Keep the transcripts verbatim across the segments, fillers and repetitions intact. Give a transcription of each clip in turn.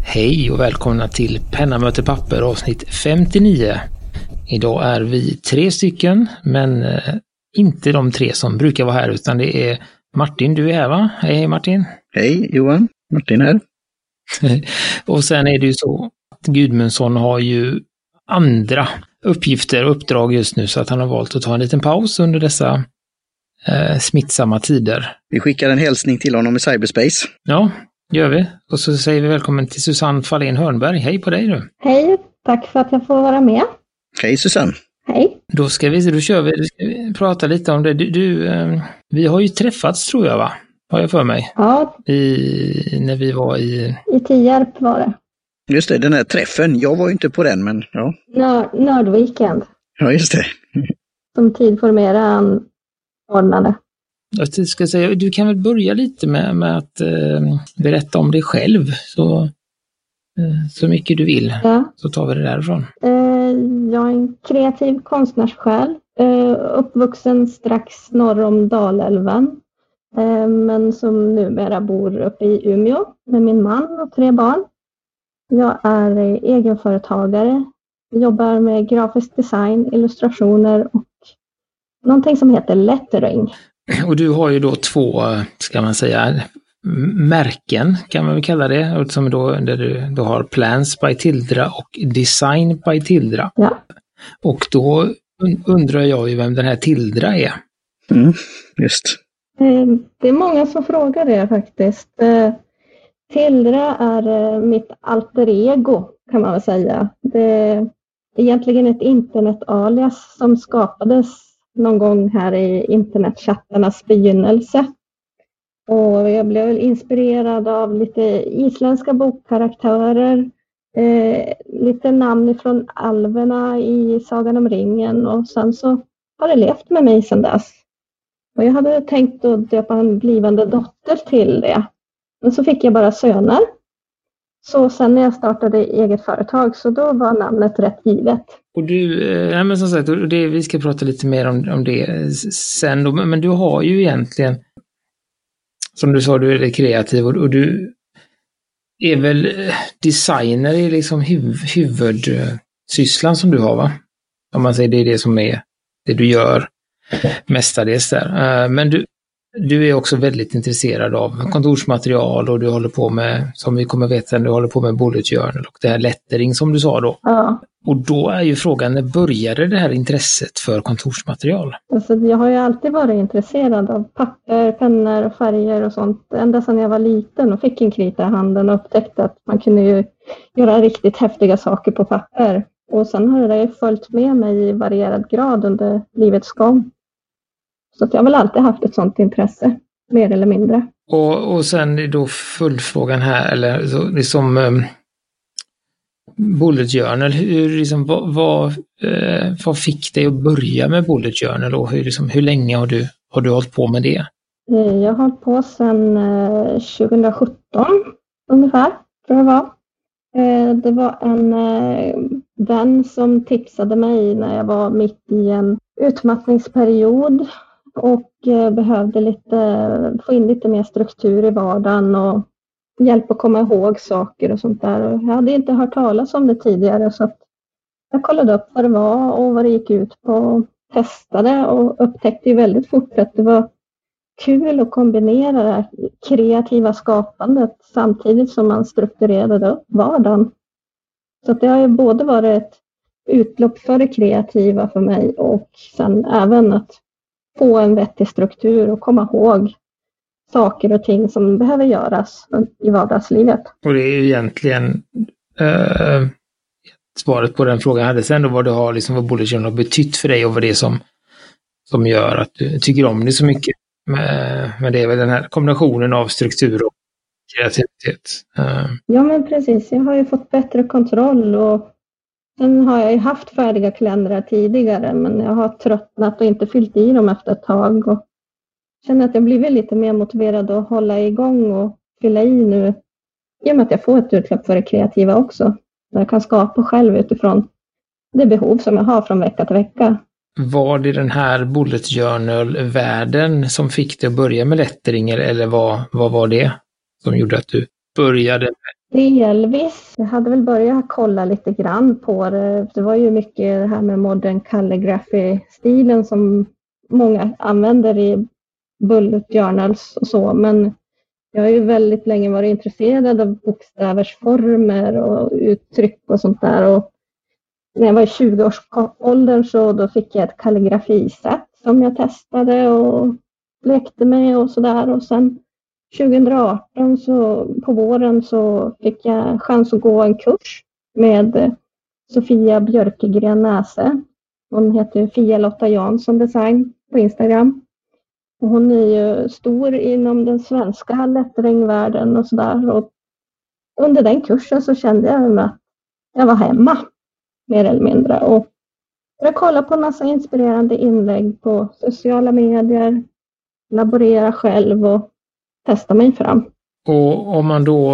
Hej och välkomna till Penna möter papper avsnitt femtionio. Idag är vi tre stycken, men eh, inte de tre som brukar vara här, utan det är Martin, du är här va? Hej, hej Martin. Hej Johan, Martin här. Och sen är det ju så att Gudmundsson har ju andra uppgifter och uppdrag just nu, så att han har valt att ta en liten paus under dessa eh, smittsamma tider. Vi skickar en hälsning till honom i cyberspace. Ja, gör vi. Och så säger vi välkommen till Susanne Fahlén Hörnberg. Hej på dig du. Hej, tack för att jag får vara med. Hej Susanne. Hej. Då ska vi, då kör vi, då ska vi prata lite om det. Du, du eh, vi har ju träffats tror jag va? Har jag för mig. Ja. I, när vi var i... I Tierp var det. Just det, den här träffen. Jag var ju inte på den, men ja. Nörd, nördweekend. Ja, just det. Som Tidformera ordnade. Jag ska säga, du kan väl börja lite med, med att eh, berätta om dig själv. Så, eh, så mycket du vill. Ja. Så tar vi det därifrån. Eh, jag är en kreativ konstnärssjäl. Eh, uppvuxen strax norr om Dalälven. Eh, men som numera bor uppe i Umeå med min man och tre barn. Jag är egenföretagare. Jag jobbar med grafisk design, illustrationer och någonting som heter lettering. Och du har ju då två, ska man säga, märken kan man väl kalla det, som då, där du, du har Plans by Tildra och Design by Tildra. Ja. Och då undrar jag ju vem den här Tildra är. Mm, just. Det är många som frågar det faktiskt. Tildra är mitt alter ego kan man väl säga. Det är egentligen ett internetalias som skapades någon gång här i internetchattarnas begynnelse. Och jag blev väl inspirerad av lite isländska bokkaraktärer, eh, lite namn från alverna i Sagan om ringen, och sen så har det levt med mig sedan dess. Och jag hade tänkt att döpa en blivande dotter till det. Men så fick jag bara söner. Så sen när jag startade eget företag så då var namnet rätt givet. Och du, ja men som sagt, och det, vi ska prata lite mer om, om det sen då, men du har ju egentligen, som du sa, du är kreativ och, och du är väl designer i liksom huv, huvudsysslan som du har va? Om man säger det är det som är det du gör mestadels där. Men du, du är också väldigt intresserad av kontorsmaterial och du håller på med, som vi kommer veta, du håller på med bullet journal och det här lettering som du sa då. Ja. Och då är ju frågan, när började det här intresset för kontorsmaterial? Alltså, jag har ju alltid varit intresserad av papper, pennor och färger och sånt. Ända sedan jag var liten och fick en krita i handen och upptäckte att man kunde ju göra riktigt häftiga saker på papper. Och sen har det följt med mig i varierad grad under livets gång. Så att jag har väl alltid haft ett sånt intresse, mer eller mindre. Och, och sen då följdfrågan här, eller så, liksom um, bullet journal, hur, liksom, vad, vad, eh, vad fick dig att börja med bullet journal och hur, liksom, hur länge har du, har du hållit på med det? Jag har hållit på sedan eh, tjugosjutton ungefär, tror jag det var. Eh, det var en eh, vän som tipsade mig när jag var mitt i en utmattningsperiod och eh, behövde lite, få in lite mer struktur i vardagen och hjälp att komma ihåg saker och sånt där. Och jag hade inte hört talas om det tidigare, så att jag kollade upp vad det var och vad det gick ut på och testade och upptäckte ju väldigt fort att det var kul att kombinera det här kreativa skapandet samtidigt som man strukturerade upp vardagen. Så att det har ju både varit ett utlopp för det kreativa för mig och sen även att få en vettig struktur och komma ihåg saker och ting som behöver göras i vardagslivet. Och det är ju egentligen eh, svaret på den frågan jag hade sen då, vad du har, liksom, vad bullet journal har betytt för dig och vad det är som, som gör att du tycker om det så mycket. Men det är väl den här kombinationen av struktur och kreativitet. Uh. Ja men precis, jag har ju fått bättre kontroll och sen har jag ju haft färdiga kalendrar tidigare, men jag har tröttnat och inte fyllt i dem efter ett tag och känner att jag blivit lite mer motiverad att hålla igång och fylla i nu i och med att jag får ett utlopp för det kreativa också. Där jag kan skapa själv utifrån det behov som jag har från vecka till vecka. Var det den här bullet journal-världen som fick dig att börja med lettering, eller vad, vad var det som gjorde att du började Delvis. Jag hade väl börjat kolla lite grann på det. Det var ju mycket det här med modern calligraphy-stilen som många använder i bullet journals och så. Men jag har ju väldigt länge varit intresserad av bokstäversformer och uttryck och sånt där. Och när jag var i tjugo-årsåldern så då fick jag ett kalligrafisätt som jag testade och lekte med och sådär. Och sen tjugoarton så på våren så fick jag chans att gå en kurs med Sofia Björkegren Näse. Hon heter Fia Lotta Jansson Design på Instagram. Och hon är ju stor inom den svenska lettringvärlden och sådär. Och under den kursen så kände jag att jag var hemma mer eller mindre. Och jag kollade på en massa inspirerande inlägg på sociala medier, laborera själv och testa mig fram. Och om man då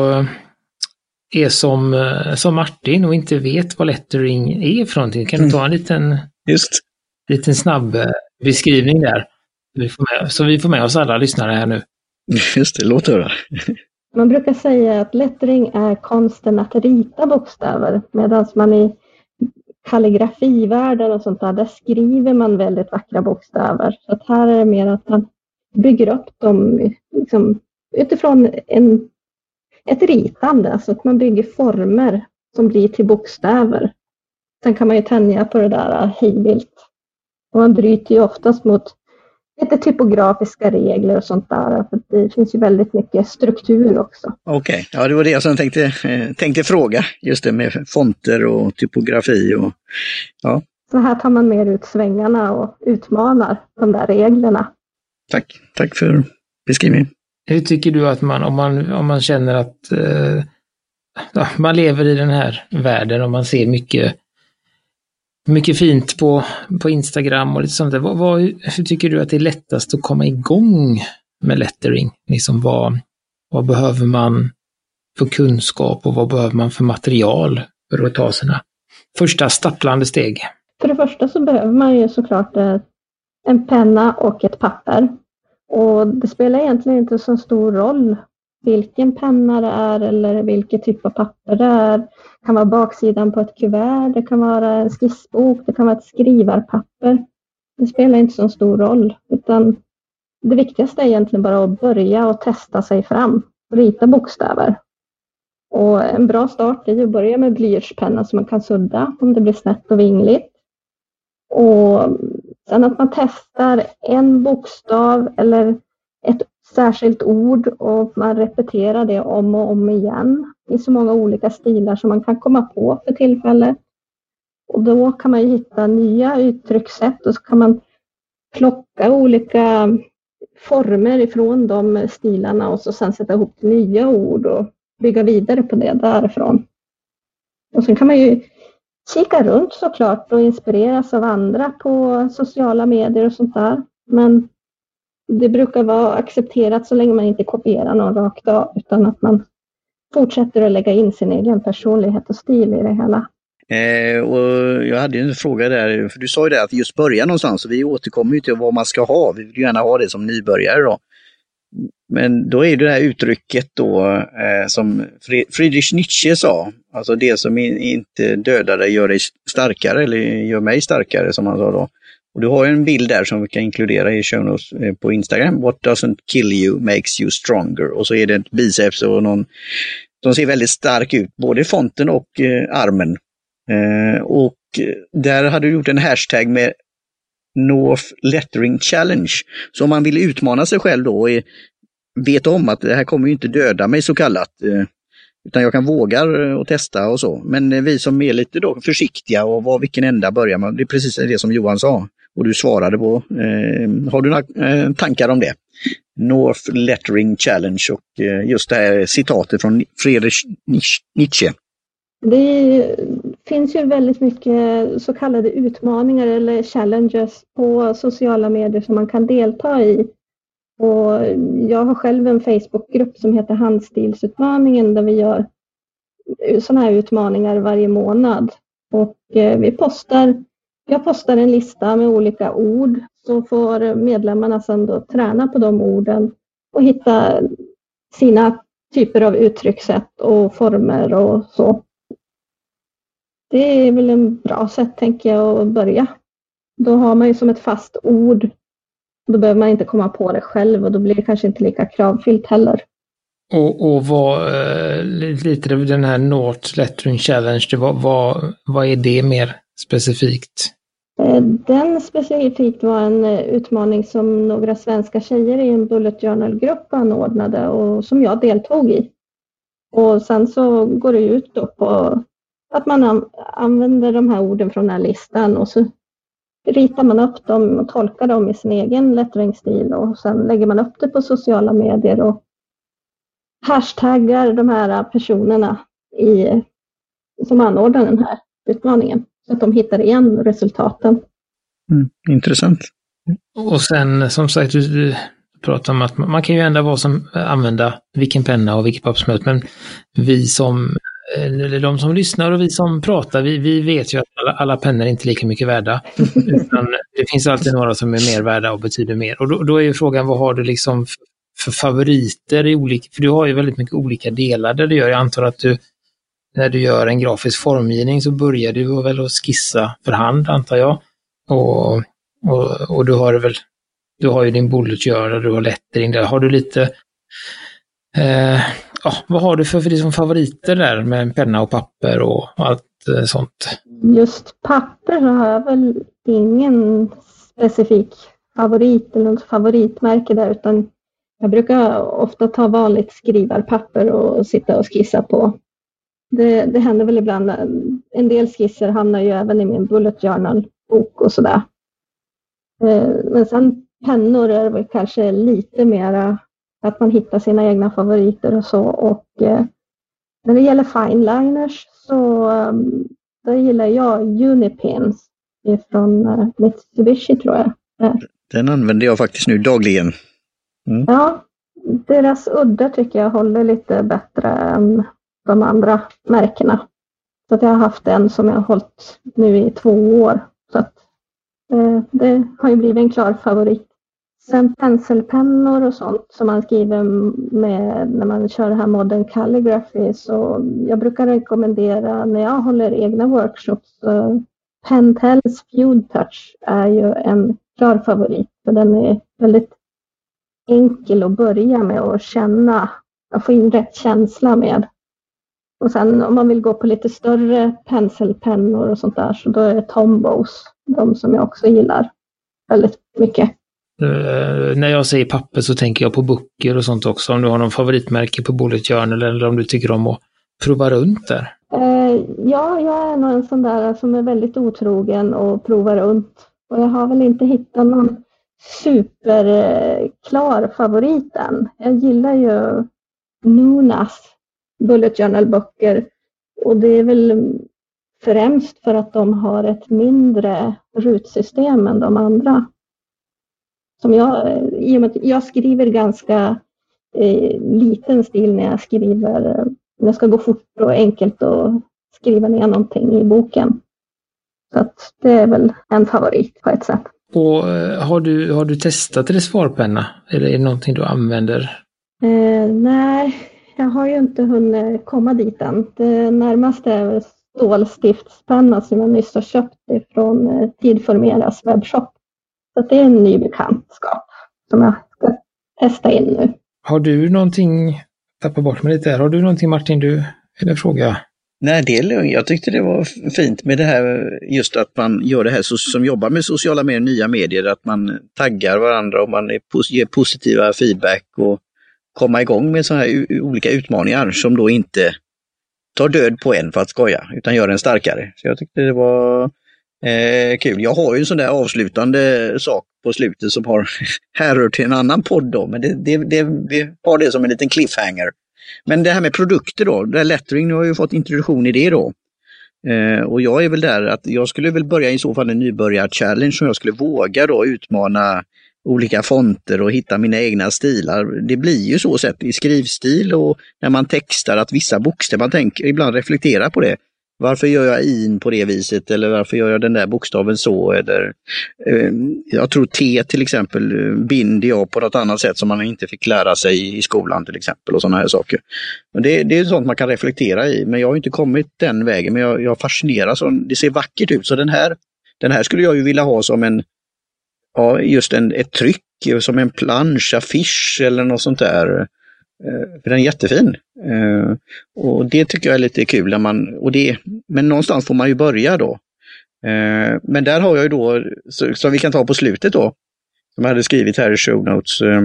är som, som Martin och inte vet vad lettering är för någonting, kan du ta en liten, Just. liten snabb beskrivning där? Vi får med, så vi får med oss alla lyssnare här nu. Just det, låt höra. Man brukar säga att lettering är konsten att rita bokstäver, medan man i kalligrafivärlden och sånt där, där skriver man väldigt vackra bokstäver. Så att här är det mer att man bygger upp dem liksom, utifrån en, ett ritande, så att man bygger former som blir till bokstäver. Sen kan man ju tänja på det där hejvilt. Och man bryter ju oftast mot lite typografiska regler och sånt där. För det finns ju väldigt mycket struktur också. Okej, okay. Ja, det var det jag som tänkte, eh, tänkte fråga. Just det med fonter och typografi. Och, ja. Så här tar man mer ut svängarna och utmanar de där reglerna. Tack, tack för beskrivningen. Hur tycker du att man, om man, om man känner att eh, ja, man lever i den här världen och man ser mycket mycket fint på, på Instagram och lite sånt där. Vad, vad, hur tycker du att det är lättast att komma igång med lettering? Liksom vad, vad behöver man för kunskap och vad behöver man för material för att ta sina första stapplande steg? För det första så behöver man ju såklart en penna och ett papper. Och det spelar egentligen inte så stor roll vilken penna det är eller vilken typ av papper det är. Det kan vara baksidan på ett kuvert, det kan vara en skissbok, det kan vara ett skrivarpapper. Det spelar inte så stor roll, utan det viktigaste är egentligen bara att börja och testa sig fram, rita bokstäver. Och en bra start är att börja med blyertspenna som man kan sudda om det blir snett och vingligt. Och sen att man testar en bokstav eller ett särskilt ord och man repeterar det om och om igen i så många olika stilar som man kan komma på för tillfället. Och då kan man ju hitta nya uttryckssätt och så kan man plocka olika former ifrån de stilarna och så sen sätta ihop nya ord och bygga vidare på det därifrån. Och sen kan man ju kika runt såklart och inspireras av andra på sociala medier och sånt där. Men det brukar vara accepterat så länge man inte kopierar någon rakt av, utan att man fortsätter att lägga in sin egen personlighet och stil i det hela. Eh, och jag hade en fråga där, för du sa ju det att just börja någonstans, och vi återkommer ju till vad man ska ha. Vi vill gärna ha det som nybörjare då. Men då är det här uttrycket då eh, som Friedrich Nietzsche sa, alltså det som inte dödar dig gör dig starkare, eller gör mig starkare som han sa då. Och du har en bild där som vi kan inkludera i show notes på Instagram. What doesn't kill you makes you stronger. Och så är det ett biceps och någon som ser väldigt stark ut, både fonten och eh, armen. Eh, och där hade du gjort en hashtag med North Lettering Challenge. Så om man vill utmana sig själv då och vet om att det här kommer ju inte döda mig så kallat. Eh, utan jag kan våga och testa och så. Men vi som är lite då försiktiga och var vilken ända börjar man, det är precis det som Johan sa. Och du svarade på. Eh, har du några eh, tankar om det? North Lettering Challenge och eh, just det här citatet från Friedrich Nietzsche. Det finns ju väldigt mycket så kallade utmaningar eller challenges på sociala medier som man kan delta i. Och jag har själv en Facebookgrupp som heter Handstilsutmaningen där vi gör sådana här utmaningar varje månad. Och eh, vi postar Jag postar en lista med olika ord, så får medlemmarna sedan då träna på de orden och hitta sina typer av uttryckssätt och former och så. Det är väl en bra sätt, tänker jag, att börja. Då har man ju som ett fast ord. Då behöver man inte komma på det själv och då blir det kanske inte lika kravfyllt heller. Och, och vad, eh, lite av den här North Lettering Challenge, det var, vad, vad är det mer specifikt? Den specifikt var en utmaning som några svenska tjejer i en Bullet Journal-grupp anordnade och som jag deltog i. Och sen så går det ut då på att man använder de här orden från den här listan och så ritar man upp dem och tolkar dem i sin egen letteringstil och sen lägger man upp det på sociala medier och hashtaggar de här personerna i, som anordnar den här utmaningen. Så att de hittar igen resultaten. Mm, intressant. Och sen som sagt, du, du pratar om att man, man kan ju ändra vad som använda vilken penna och vilket pappersmöte, men vi som eller de som lyssnar och vi som pratar, vi, vi vet ju att alla, alla pennor är inte lika mycket värda. Utan det finns alltid några som är mer värda och betyder mer. Och då, då är ju frågan, vad har du liksom för, för favoriter i olika, för du har ju väldigt mycket olika delar där du gör. Jag antar att du, när du gör en grafisk formgivning så börjar du väl att skissa för hand, antar jag. Och, och, och du har väl, du har ju din bullet journal, du har lettering där. Har du lite, eh, ja, vad har du för, för liksom favoriter där med penna och papper och allt eh, sånt? Just papper så har jag väl ingen specifik favorit eller något favoritmärke där, utan jag brukar ofta ta vanligt skrivarpapper och sitta och skissa på. Det, det händer väl ibland, en del skisser hamnar ju även i min bullet journal-bok och sådär. Men sen pennor är det väl kanske lite mera att man hittar sina egna favoriter och så. Och när det gäller fineliners så då gillar jag Unipins från Mitsubishi, tror jag. Den använder jag faktiskt nu dagligen. Mm. Ja, deras udda tycker jag håller lite bättre än de andra märkena. Så att jag har haft en som jag har hållit nu i två år. Så att eh, det har ju blivit en klar favorit. Sen penselpennor och sånt som man skriver med när man kör det här modern calligraphy. Så jag brukar rekommendera när jag håller egna workshops. Så Pentels Feud Touch är ju en klar favorit. För den är väldigt enkel att börja med och känna. Att få in rätt känsla med. Och sen om man vill gå på lite större penselpennor och sånt där, så då är det Tombows, de som jag också gillar väldigt mycket. Uh, när jag säger papper så tänker jag på böcker och sånt också. Om du har någon favoritmärke på bullet journal eller om du tycker om att prova runt där. Uh, ja, jag är nog en sån där som är väldigt otrogen och provar runt. Och jag har väl inte hittat någon superklar favorit än. Jag gillar ju Nunas bullet journal-böcker och det är väl främst för att de har ett mindre rutsystem än de andra. Som jag, i och med att jag skriver ganska eh, liten stil när jag skriver, när jag ska gå fort och enkelt och skriva ner någonting i boken. Så att det är väl en favorit på ett sätt. Och eh, har du, har du testat reservoarpenna? Eller är det någonting du använder? Eh, nej, jag har ju inte hunnit komma dit än. Det närmaste är stålstiftspenna som jag nyss har köpt ifrån eh, Tidformeras webbshop. Så det är en ny bekantskap som jag ska testa in nu. Har du någonting, tappa bort mig lite här, har du någonting Martin du vill fråga? Nej, det är lugnt. Jag tyckte det var fint med det här, just att man gör det här som jobbar med sociala medier, nya medier, att man taggar varandra och man ger positiva feedback och komma igång med sådana här olika utmaningar som då inte tar död på en för att skoja, utan gör en starkare. Så jag tyckte det var eh, kul. Jag har ju en sån där avslutande sak på slutet som har härrör till en annan podd då, men det, det, det, vi har det som en liten cliffhanger. Men det här med produkter då, det här lettering, nu har jag ju fått introduktion i det då. Eh, och jag är väl där att jag skulle väl börja i så fall en nybörjar-challenge som jag skulle våga då utmana olika fonter och hitta mina egna stilar. Det blir ju så sett i skrivstil och när man textar att vissa bokstäver, man tänker ibland reflektera på det. Varför gör jag in på det viset eller varför gör jag den där bokstaven så? Eller, eh, jag tror T till exempel binder jag på något annat sätt som man inte fick lära sig i skolan till exempel och sådana här saker. Och det, det är sånt man kan reflektera i, men jag har inte kommit den vägen, men jag, jag fascineras av, det ser vackert ut, så den här, den här skulle jag ju vilja ha som en, ja just en, ett tryck, som en plansch, affisch eller något sånt där. För den är jättefin. Uh, och det tycker jag är lite kul. När man, och det, men någonstans får man ju börja då. Uh, men där har jag ju då, så, som vi kan ta på slutet då, som jag hade skrivit här i show notes, uh,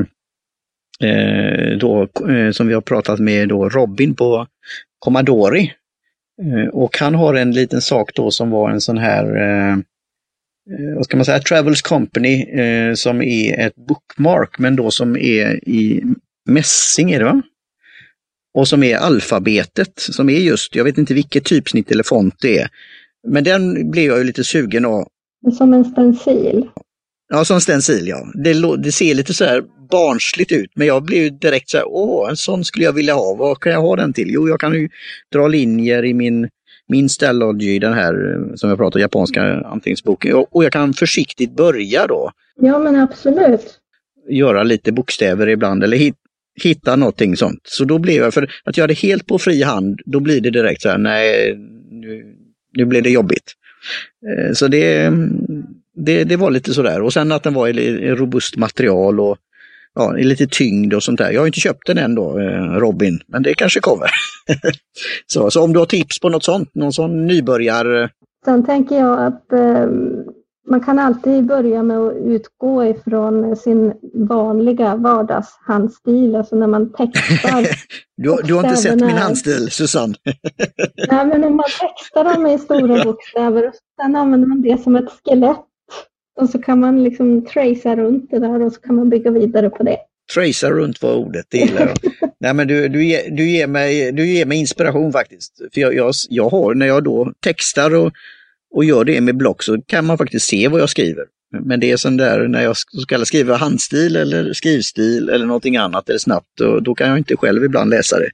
uh, då, uh, som vi har pratat med då Robin på Commodore. Uh, och han har en liten sak då som var en sån här, uh, uh, vad ska man säga, Travels Company, uh, som är ett bookmark, men då som är i mässing är det va? Och som är alfabetet, som är just, jag vet inte vilket typsnitt eller font det är. Men den blev jag ju lite sugen av. Som en stencil. Ja, som en stencil, ja. Det, det ser lite så här barnsligt ut, men jag blev direkt så här, åh, en sån skulle jag vilja ha. Vad kan jag ha den till? Jo, jag kan ju dra linjer i min, min Stellology, den här som jag pratar japanska anteckningsboken. Och, och jag kan försiktigt börja då. Ja, men absolut. Göra lite bokstäver ibland, eller hit, hitta någonting sånt. Så då blev jag, för att göra det helt på fri hand, då blir det direkt så här, nej, nu, nu blir det jobbigt. Eh, så det, det, det var lite sådär. Och sen att den var i, i robust material och ja, i lite tyngd och sånt där. Jag har inte köpt den än då, eh, Robin, men det kanske kommer. så, så om du har tips på något sånt, någon sån nybörjar... Sen tänker jag att eh, man kan alltid börja med att utgå ifrån sin vanliga vardagshandstil, alltså när man textar. du, du har inte sett min handstil, Susanne. Nej, men om man textar dem i stora bokstäver och sen använder man det som ett skelett och så kan man liksom tracea runt det där och så kan man bygga vidare på det. Tracea runt var ordet, det gillar jag. Nej, men du, du, ger, du, ger mig, du ger mig inspiration faktiskt. För jag, jag, jag har, när jag då textar och och gör det med block, så kan man faktiskt se vad jag skriver. Men det är sån där, när jag ska skriva handstil eller skrivstil eller någonting annat eller snabbt, och då kan jag inte själv ibland läsa det.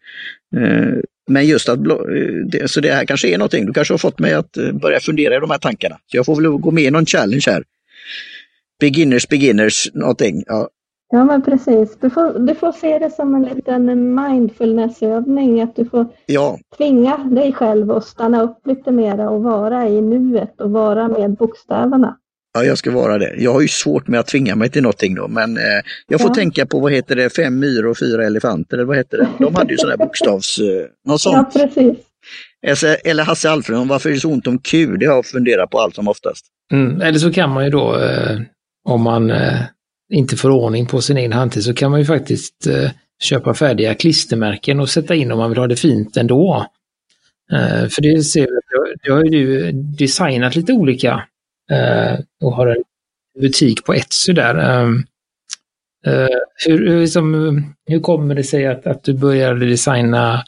Men just att, så det här kanske är någonting, du kanske har fått mig att börja fundera i de här tankarna. Så jag får väl gå med i någon challenge här. Beginners, beginners, någonting. Ja. Ja, men precis. Du får, du får se det som en liten mindfulnessövning, att du får ja. tvinga dig själv att stanna upp lite mer och vara i nuet och vara med bokstäverna. Ja, jag ska vara det. Jag har ju svårt med att tvinga mig till någonting då, men eh, jag får ja. tänka på, vad heter det, fem myror och fyra elefanter, eller vad heter det? De hade ju sådana här bokstavs... Eh, något sånt. Ja, precis. Eller Hasse Alfredson, varför är det så ont om Q? Det har jag funderat på allt som oftast. Mm, eller så kan man ju då, eh, om man... Eh... inte får ordning på sin egen handstil, så kan man ju faktiskt eh, köpa färdiga klistermärken och sätta in om man vill ha det fint ändå. Eh, för det ser jag, jag har ju designat lite olika eh, och har en butik på Etsy där. Eh, eh, hur, hur, liksom, hur kommer det sig att, att du började designa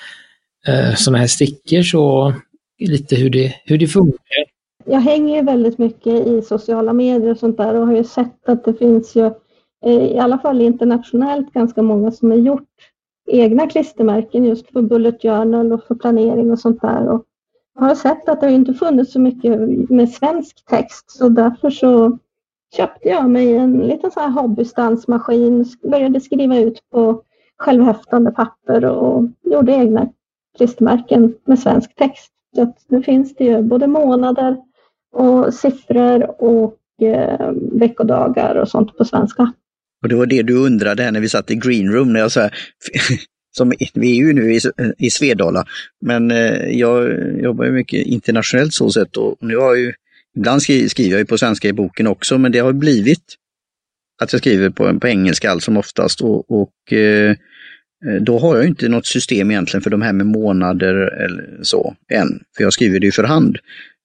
eh, sådana här stickers och lite hur det, hur det funkar? Jag hänger väldigt mycket i sociala medier och sånt där och har ju sett att det finns ju i alla fall internationellt ganska många som har gjort egna klistermärken just för bullet journal och för planering och sånt där. Och jag har sett att det inte funnits så mycket med svensk text, så därför så köpte jag mig en liten så här hobbystansmaskin, började skriva ut på självhäftande papper och gjorde egna klistermärken med svensk text. Så att nu finns det ju både månader och siffror och eh, veckodagar och sånt på svenska. Och det var det du undrade här när vi satt i green room, när jag sa, som vi är ju nu i, i Svedala, men eh, jag jobbar ju mycket internationellt så sätt, och nu har jag ju, ibland skriver, skriver jag ju på svenska i boken också, men det har blivit att jag skriver på, på engelska allt som oftast, och, och eh, då har jag ju inte något system egentligen för de här med månader eller så än, för jag skriver det ju för hand.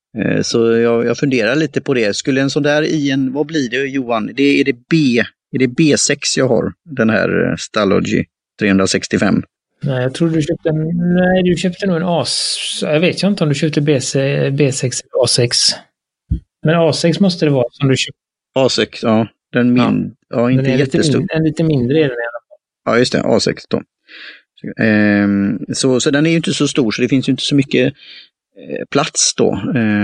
Så jag, jag funderar lite på det. Skulle en sån där i en, vad blir det Johan? Det, är, det B, är det B sex jag har? Den här Stellology trehundrasextiofem. Nej, jag tror du köpte en, nej, du köpte nog en A sex. Jag vet ju inte om du köpte B sex eller A sex. Men A sex måste det vara som du köpte. A sex, ja. Den, min, ja. Ja, inte den är jättestor. Lite, en lite mindre är den i alla fall. Ja, just det. A sex då. Ehm, så, så den är ju inte så stor, så det finns ju inte så mycket plats då.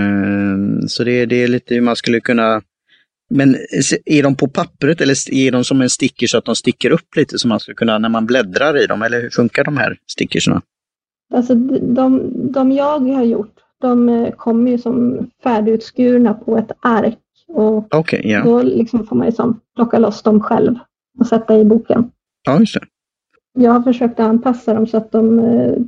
Så det, det är lite hur man skulle kunna... Men är de på pappret eller är de som en sticker så att de sticker upp lite så man ska kunna när man bläddrar i dem? Eller hur funkar de här stickerserna? Alltså de, de jag har gjort, de kommer ju som färdigutskurna på ett ark. Och okay, yeah. då liksom får man ju som plocka loss dem själv och sätta i boken. Ja, just det. Jag har försökt anpassa dem så att de,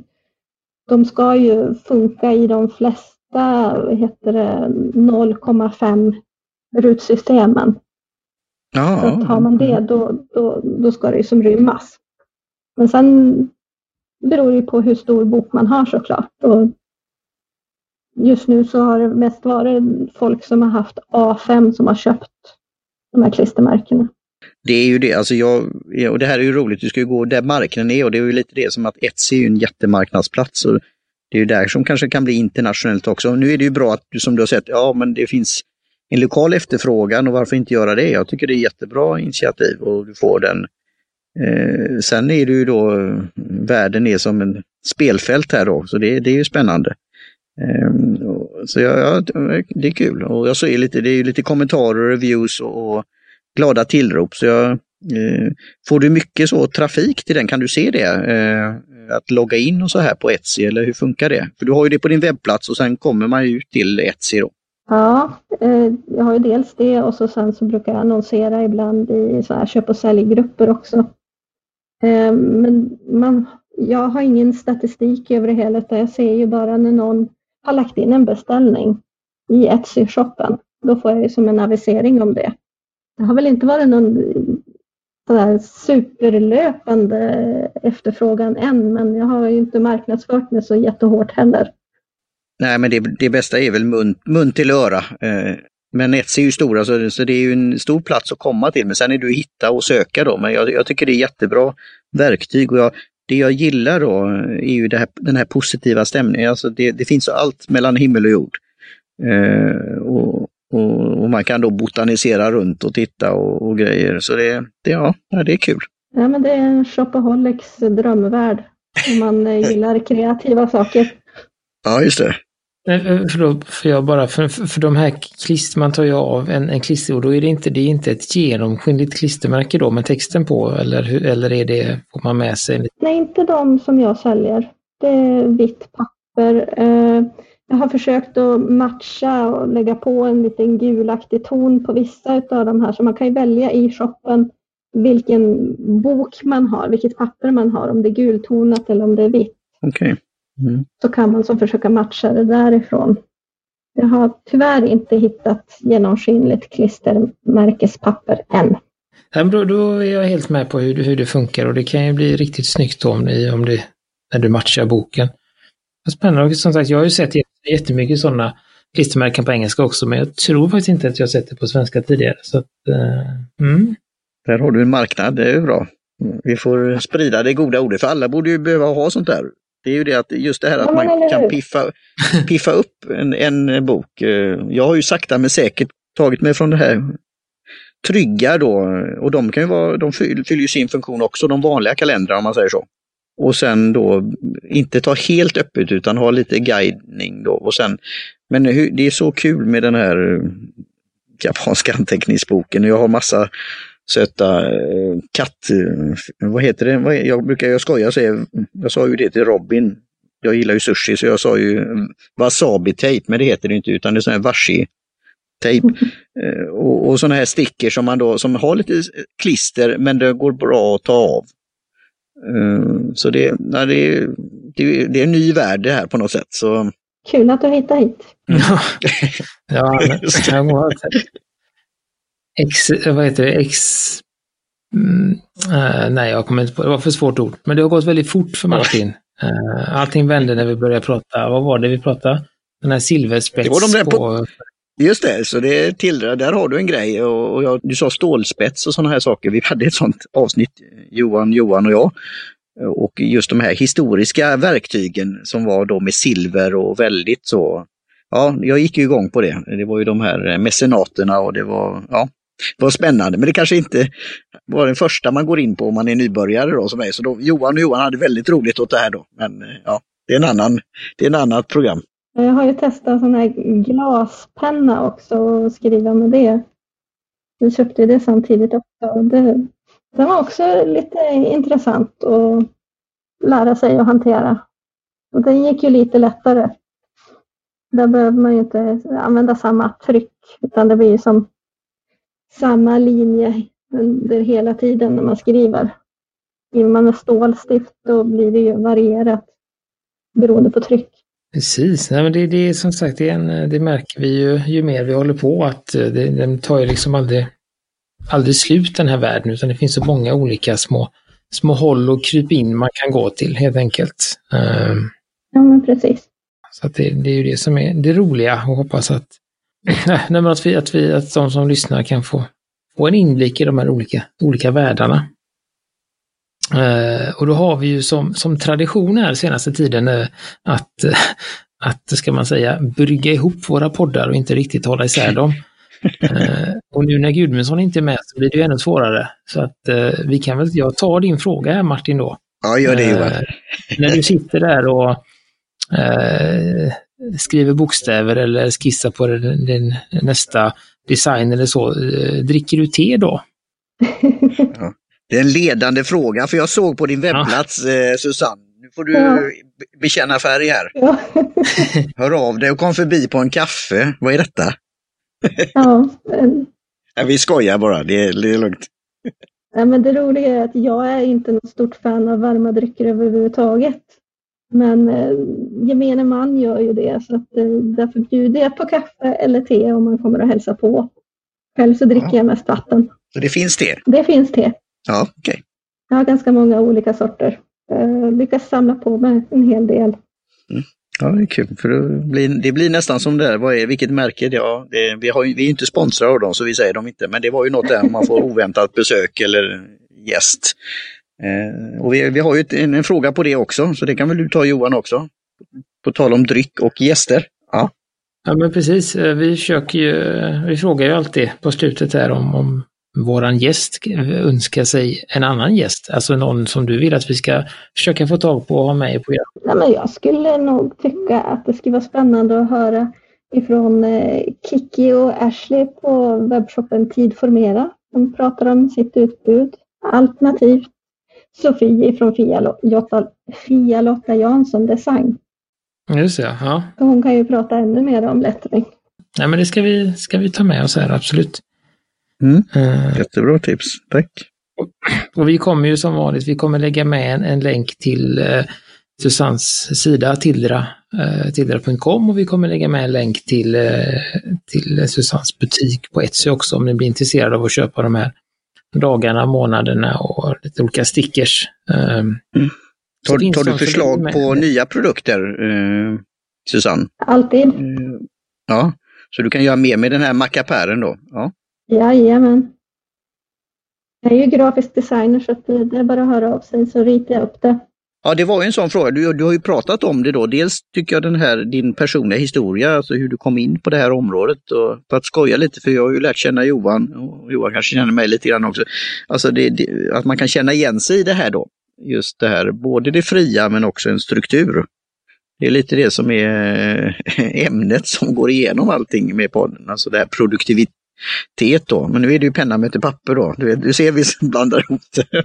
de ska ju funka i de flesta heter det, noll komma fem rutsystemen. Ja. Så att har man det då, då, då ska det ju som rymmas. Men sen beror det på hur stor bok man har såklart. Och just nu så har det mest varit folk som har haft A fem som har köpt de här klistermärkena. Det är ju det, alltså jag, och det här är ju roligt, du ska ju gå där marknaden är och det är ju lite det som att Etsy är ju en jättemarknadsplats och det är ju där som kanske kan bli internationellt också. Nu är det ju bra att du som du har sett, ja men det finns en lokal efterfrågan och varför inte göra det? Jag tycker det är jättebra initiativ och du får den. Eh, sen är det ju då, världen är som en spelfält här då, så det, det är ju spännande. Eh, så ja, ja, det är kul och jag ser lite, det är ju lite kommentarer, reviews och, och glada tillrop så jag, eh, får du mycket så trafik till den, kan du se det? Eh, att logga in och så här på Etsy eller hur funkar det? För du har ju det på din webbplats och sen kommer man ju ut till Etsy då. Ja, eh, jag har ju dels det och så sen så brukar jag annonsera ibland i så här köp- och säljgrupper också. Eh, men man, jag har ingen statistik över det hela utan jag ser ju bara när någon har lagt in en beställning i Etsy-shoppen. Då får jag ju som en avisering om det. Det har väl inte varit någon sådär superlöpande efterfrågan än men jag har ju inte marknadsfört mig så jättehårt heller. Nej, men det, det bästa är väl mun, mun till öra. Eh, men Etsy är ju stora så, så det är ju en stor plats att komma till. Men sen är det ju hitta och söka då. Men jag, jag tycker det är jättebra verktyg. Och jag, det jag gillar då är ju det här, den här positiva stämningen. Alltså det, det finns allt mellan himmel och jord. Eh, och, och, och man kan då botanisera runt och titta och, och grejer. Så det, det, ja, det är kul. Ja, men det är en shopaholics drömvärld. Om man gillar kreativa saker. Ja, just det. För, då, för, jag bara, för, för de här klister, man tar ju av en, en klister och då är det inte, det är inte ett genomskinligt klistermärke då med texten på eller, eller är det, får man med sig? Nej, inte de som jag säljer. Det är vitt papper. Jag har försökt att matcha och lägga på en liten gulaktig ton på vissa av de här så man kan ju välja i shoppen vilken bok man har, vilket papper man har, om det är gultonat eller om det är vitt. Okej. Okay. Mm. Så kan man som försöka matcha det därifrån. Jag har tyvärr inte hittat genomskinligt klistermärkespapper än. Ja, då, då är jag helt med på hur, hur det funkar och det kan ju bli riktigt snyggt om det, om det, när du matchar boken. Spännande, och som sagt jag har ju sett jättemycket sådana klistermärken på engelska också men jag tror faktiskt inte att jag har sett det på svenska tidigare. Så att, uh, mm. Där har du en marknad, det är ju bra. Vi får sprida det goda ordet för alla borde ju behöva ha sånt där. Det är ju det att just det här att man kan piffa, piffa upp en, en bok. Jag har ju sakta men säkert tagit mig från det här trygga då och de kan ju vara, de fyller ju sin funktion också, de vanliga kalendrarna om man säger så. Och sen då inte ta helt öppet utan ha lite guidning då och sen, men det är så kul med den här japanska anteckningsboken och jag har massa söta katt, vad heter det? Jag brukar jag skoja säga, jag sa ju det till Robin. Jag gillar ju sushi så jag sa ju wasabi-tejp, men det heter det inte utan det är sån här washi-tejp. och, och såna här sticker som man då som har lite klister men det går bra att ta av. Så det, nej, det, är, det, det är en ny värld det här på något sätt. Så. Kul att du hittar hit. ja, ja jag går X, vad heter det? X... Mm, äh, nej, jag kommer inte på det. Det var för svårt ord. Men det har gått väldigt fort för Martin. Äh, allting vände när vi började prata. Vad var det vi pratade? Den här silverspets det var de på... på... Just det, så det är till, där har du en grej. Och, och jag, du sa stålspets och sådana här saker. Vi hade ett sånt avsnitt, Johan, Johan och jag. Och just de här historiska verktygen som var då med silver och väldigt så... Ja, jag gick ju igång på det. Det var ju de här mecenaterna och det var... Ja. Det var spännande, men det kanske inte var den första man går in på om man är nybörjare då som är. Så då, Johan och Johan hade väldigt roligt åt det här då. Men ja, det är en annan, det är en annat program. Jag har ju testat sån här glaspenna också och skriva med det. Jag köpte det samtidigt också. Det, det var också lite intressant att lära sig att hantera. Och den gick ju lite lättare. Där behöver man ju inte använda samma tryck, utan det blir ju som samma linje under hela tiden när man skriver. Skriver man med stålstift då blir det ju varierat beroende på tryck. Precis, nej, men det, det är som sagt, det, är en, det märker vi ju ju mer vi håller på, att det, den tar ju liksom aldrig, aldrig slut den här världen, utan det finns så många olika små, små håll och kryp in man kan gå till helt enkelt. Um, ja men precis. Så att det, det är ju det som är det roliga, och hoppas att, nej, men att, vi, att, vi, att de som lyssnar kan få, få en inblick i de här olika, olika världarna. Uh, och då har vi ju som, som tradition här senaste tiden uh, att, uh, att, ska man säga, brygga ihop våra poddar och inte riktigt hålla isär dem. Uh, och nu när Gudmundsson inte är med så blir det ju ännu svårare. Så att uh, vi kan väl, jag tar din fråga här Martin då. Ja, gör det Johan. Uh, när du sitter där och uh, skriver bokstäver eller skissar på din, din nästa design eller så, uh, dricker du te då? Ja. Det är en ledande fråga, för jag såg på din webbplats, ja. eh, Susanne. Nu får du ja. bekänna färg här. Ja. Hör av dig och kom förbi på en kaffe. Vad är detta? Ja. ja vi skojar bara, det är, det är lugnt. Ja, men det roliga är att jag är inte något stort fan av varma drycker överhuvudtaget. Men eh, gemene man gör ju det, så att, eh, därför bjuder jag på kaffe eller te om man kommer att hälsa på. Själv så dricker ja. jag mest vatten. Så det finns te? Det finns te. Ja, okej. Okay. Jag har ganska många olika sorter. Jag lyckas samla på mig en hel del. Mm. Ja, det är kul. För det blir, det blir nästan som det där. Vad är, vilket märke det är? Det, vi, har, vi är inte sponsrade av dem, så vi säger dem inte. Men det var ju något där man får oväntat besök eller gäst. Eh, och vi, vi har ju ett, en, en fråga på det också. Så det kan väl du ta, Johan, också. På tal om dryck och gäster. Ja. Ja, men precis. Vi försöker ju, vi frågar ju alltid på slutet här om, om våran gäst önskar sig en annan gäst, alltså någon som du vill att vi ska försöka få tag på och ha med på er. Ja, men jag skulle nog tycka att det skulle vara spännande att höra ifrån eh, Kiki och Ashley på webbshoppen Tidformera. De pratar om sitt utbud. Alternativt Sofie från Fia, Jota, Fia Lotta Jansson Design. Just det, ja. Hon kan ju prata ännu mer om lettering. Nej, men det ska vi, ska vi ta med oss här, absolut. Mm. Uh, Jättebra tips, tack. Och, och vi kommer ju som vanligt, vi kommer lägga med en, en länk till uh, Susannes sida, tildra, uh, tildra punkt com, och vi kommer lägga med en länk till, uh, till Susannes butik på Etsy också, om ni blir intresserade av att köpa de här dagarna, månaderna och lite olika stickers. Uh, mm. Tar, tar du förslag på nya produkter, uh, Susanne? Alltid. Uh, ja, så du kan göra mer med den här mackapären då? Ja. Jajamän. Jag är ju grafisk designer, så att det är bara att höra av sig så ritar jag upp det. Ja, det var ju en sån fråga. Du, du har ju pratat om det då. Dels tycker jag den här, din personliga historia, alltså hur du kom in på det här området. Och för att skoja lite, för jag har ju lärt känna Johan, och Johan kanske känner mig lite grann också. Alltså det, det, att man kan känna igen sig i det här då. Just det här, både det fria men också en struktur. Det är lite det som är ämnet som går igenom allting med podden. Alltså det här produktivitet. Då. Men nu är det ju penna med till papper då. Du, du ser vi blandar ihop det.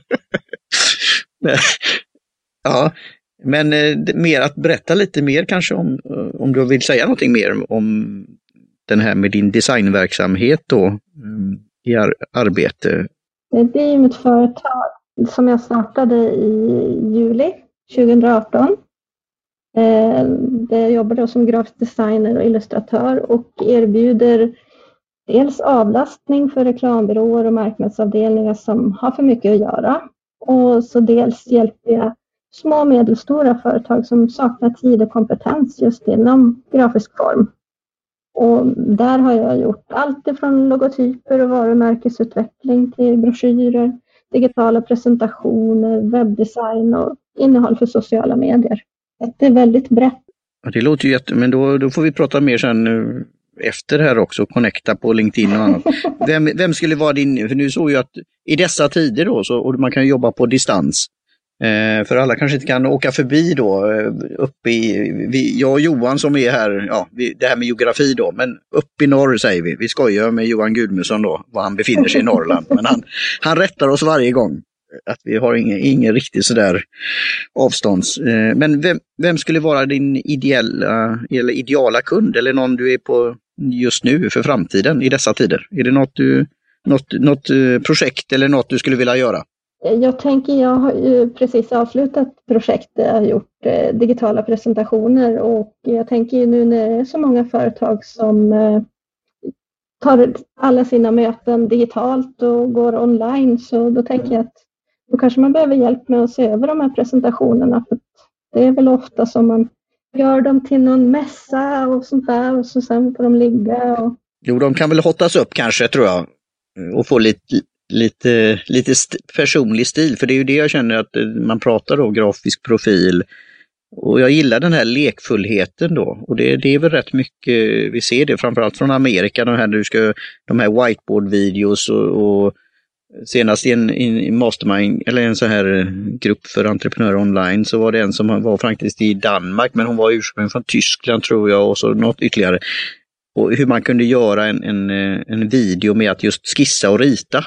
Ja, men eh, mer att berätta lite mer kanske om, om du vill säga någonting mer om den här med din designverksamhet då um, i ar- arbete. Det är ju mitt företag som jag startade i juli tjugoarton. Eh, där jag jobbar då som grafisk designer och illustratör och erbjuder dels avlastning för reklambyråer och marknadsavdelningar som har för mycket att göra. Och så dels hjälper jag små och medelstora företag som saknar tid och kompetens just inom grafisk form. Och där har jag gjort allt ifrån logotyper och varumärkesutveckling till broschyrer, digitala presentationer, webbdesign och innehåll för sociala medier. Det är väldigt brett. Ja, det låter ju jätte... Men då, då får vi prata mer sen nu efter här också, connecta på LinkedIn och annat. Vem, vem skulle vara din, för nu såg jag att i dessa tider då, så, och man kan jobba på distans, Eh, för alla kanske inte kan åka förbi då, eh, uppe i, vi, jag och Johan som är här, ja, vi, det här med geografi då, men uppe i norr säger vi, vi skojar med Johan Gudmundsson då, var han befinner sig i Norrland, men han, han rättar oss varje gång, att vi har ingen, ingen riktigt sådär avstånds. Eh, men vem, vem skulle vara din ideella, eller ideala kund, eller någon du är på just nu för framtiden i dessa tider? Är det något, du, något, något projekt eller något du skulle vilja göra? Jag tänker, jag har ju precis avslutat projekt där jag har gjort eh, digitala presentationer, och jag tänker ju nu när det är så många företag som eh, tar alla sina möten digitalt och går online, så då tänker jag att då kanske man behöver hjälp med att se över de här presentationerna, för det är väl ofta som man gör dem till någon mässa och sånt där, och så sen får de ligga. Och... Jo, de kan väl hottas upp kanske, tror jag, och få lite Lite, lite st- personlig stil, för det är ju det jag känner att man pratar om, grafisk profil, och jag gillar den här lekfullheten då, och det, det är väl rätt mycket, vi ser det framförallt från Amerika, de här, du ska, de här whiteboard-videos och, och senast i en, en mastermind, eller en så här grupp för entreprenörer online, så var det en som var faktiskt i Danmark, men hon var ursprungligen från Tyskland tror jag, och så något ytterligare, och hur man kunde göra en, en, en video med att just skissa och rita.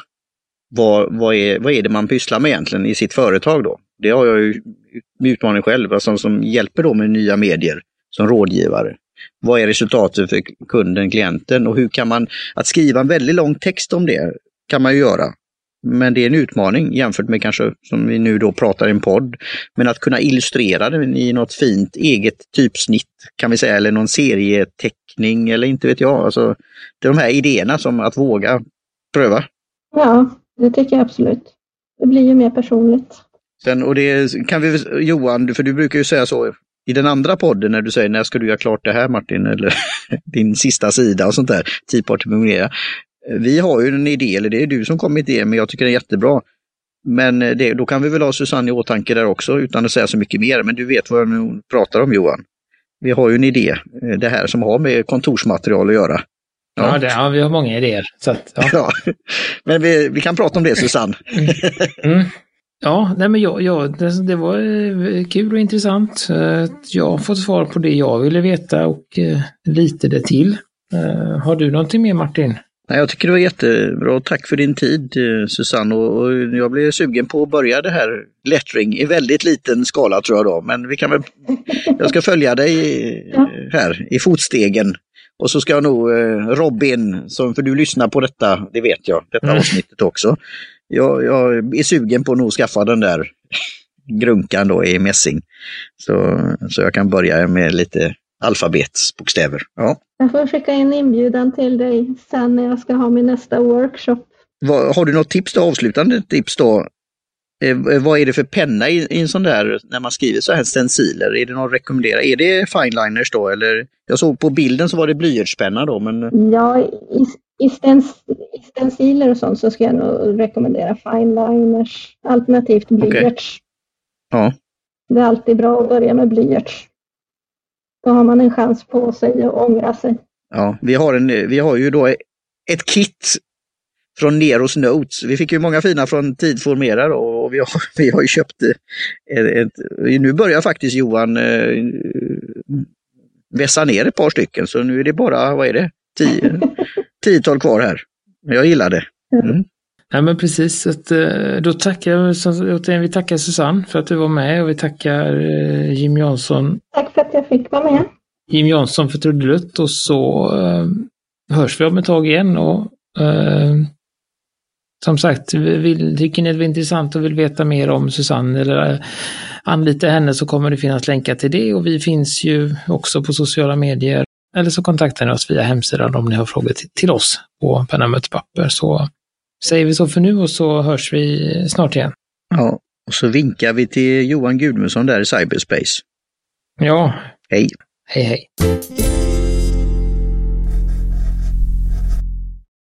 Vad, vad, är, vad är det man pysslar med egentligen i sitt företag då? Det har jag ju utmaning själv, alltså, som hjälper då med nya medier som rådgivare. Vad är resultatet för kunden, klienten, och hur kan man, att skriva en väldigt lång text om det kan man ju göra. Men det är en utmaning jämfört med kanske som vi nu då pratar i en podd. Men att kunna illustrera det i något fint eget typsnitt kan vi säga, eller någon serieteckning eller inte vet jag. Alltså, det är de här idéerna som att våga pröva. Ja, det tycker jag absolut. Det blir ju mer personligt. Sen, och det kan vi, Johan, för du brukar ju säga så i den andra podden när du säger när ska du göra klart det här Martin, eller din sista sida och sånt där, Tea Party Memoria. Vi har ju en idé, eller det är du som kom med idé, men jag tycker det är jättebra. Men det, då kan vi väl ha Susanne i åtanke där också utan att säga så mycket mer, men du vet vad jag pratar om, Johan. Vi har ju en idé, det här som har med kontorsmaterial att göra. Ja, ja, det, ja vi har många idéer. Så att, ja. Ja, men vi, vi kan prata om det, Susanne. Mm. Mm. Ja, nej men jag, jag, det, det var kul och intressant. Jag har fått svar på det jag ville veta och lite det till. Har du någonting mer, Martin? Nej, jag tycker det var jättebra. Tack för din tid, Susanne. Och, och jag blev sugen på att börja det här lettering i väldigt liten skala tror jag då. Men vi kan väl, jag ska följa dig här i fotstegen. Och så ska jag nog Robin, som, för du lyssnar på detta, det vet jag, detta mm. avsnittet också. Jag, jag är sugen på att nog skaffa den där grunkan då i mässing. Så, så jag kan börja med lite alfabetsbokstäver. Ja. Jag får skicka en inbjudan till dig sen när jag ska ha min nästa workshop. Vad, har du något tips då, avslutande tips då? Eh, vad är det för penna i, i en sån där, när man skriver så här stenciler? Är det någon rekommendera? Är det fineliners då? Eller, jag såg på bilden så var det blyertspenna då. Men... Ja, i, i, stens, i stenciler och sånt så ska jag nog rekommendera fineliners. Alternativt blyerts. Okay. Ja. Det är alltid bra att börja med blyerts. Då har man en chans på sig att ångra sig. Ja, vi har, en, vi har ju då ett kit från Neros Notes. Vi fick ju många fina från Tidformera och vi har, vi har ju köpt ett, ett, nu börjar faktiskt Johan eh, vässa ner ett par stycken, så nu är det bara, vad är det? Tio, tiotal kvar här. Jag gillar det. Mm. Ja, men precis. Att, då tackar vi tackar Susanne för att du var med, och vi tackar Jim Jansson. Tack för att jag fick vara med. Jim Jansson för trudelutt, och så uh, hörs vi om ett tag igen. Och uh, som sagt, vill, tycker ni det är intressant och vill veta mer om Susanne eller uh, anlita henne, så kommer det finnas länkar till det, och vi finns ju också på sociala medier, eller så kontaktar ni oss via hemsidan om ni har frågor till, till oss på Penna Möter Papper. Så säger vi så för nu, och så hörs vi snart igen. Ja, och så vinkar vi till Johan Gudmundsson där i cyberspace. Ja. Hej. Hej hej.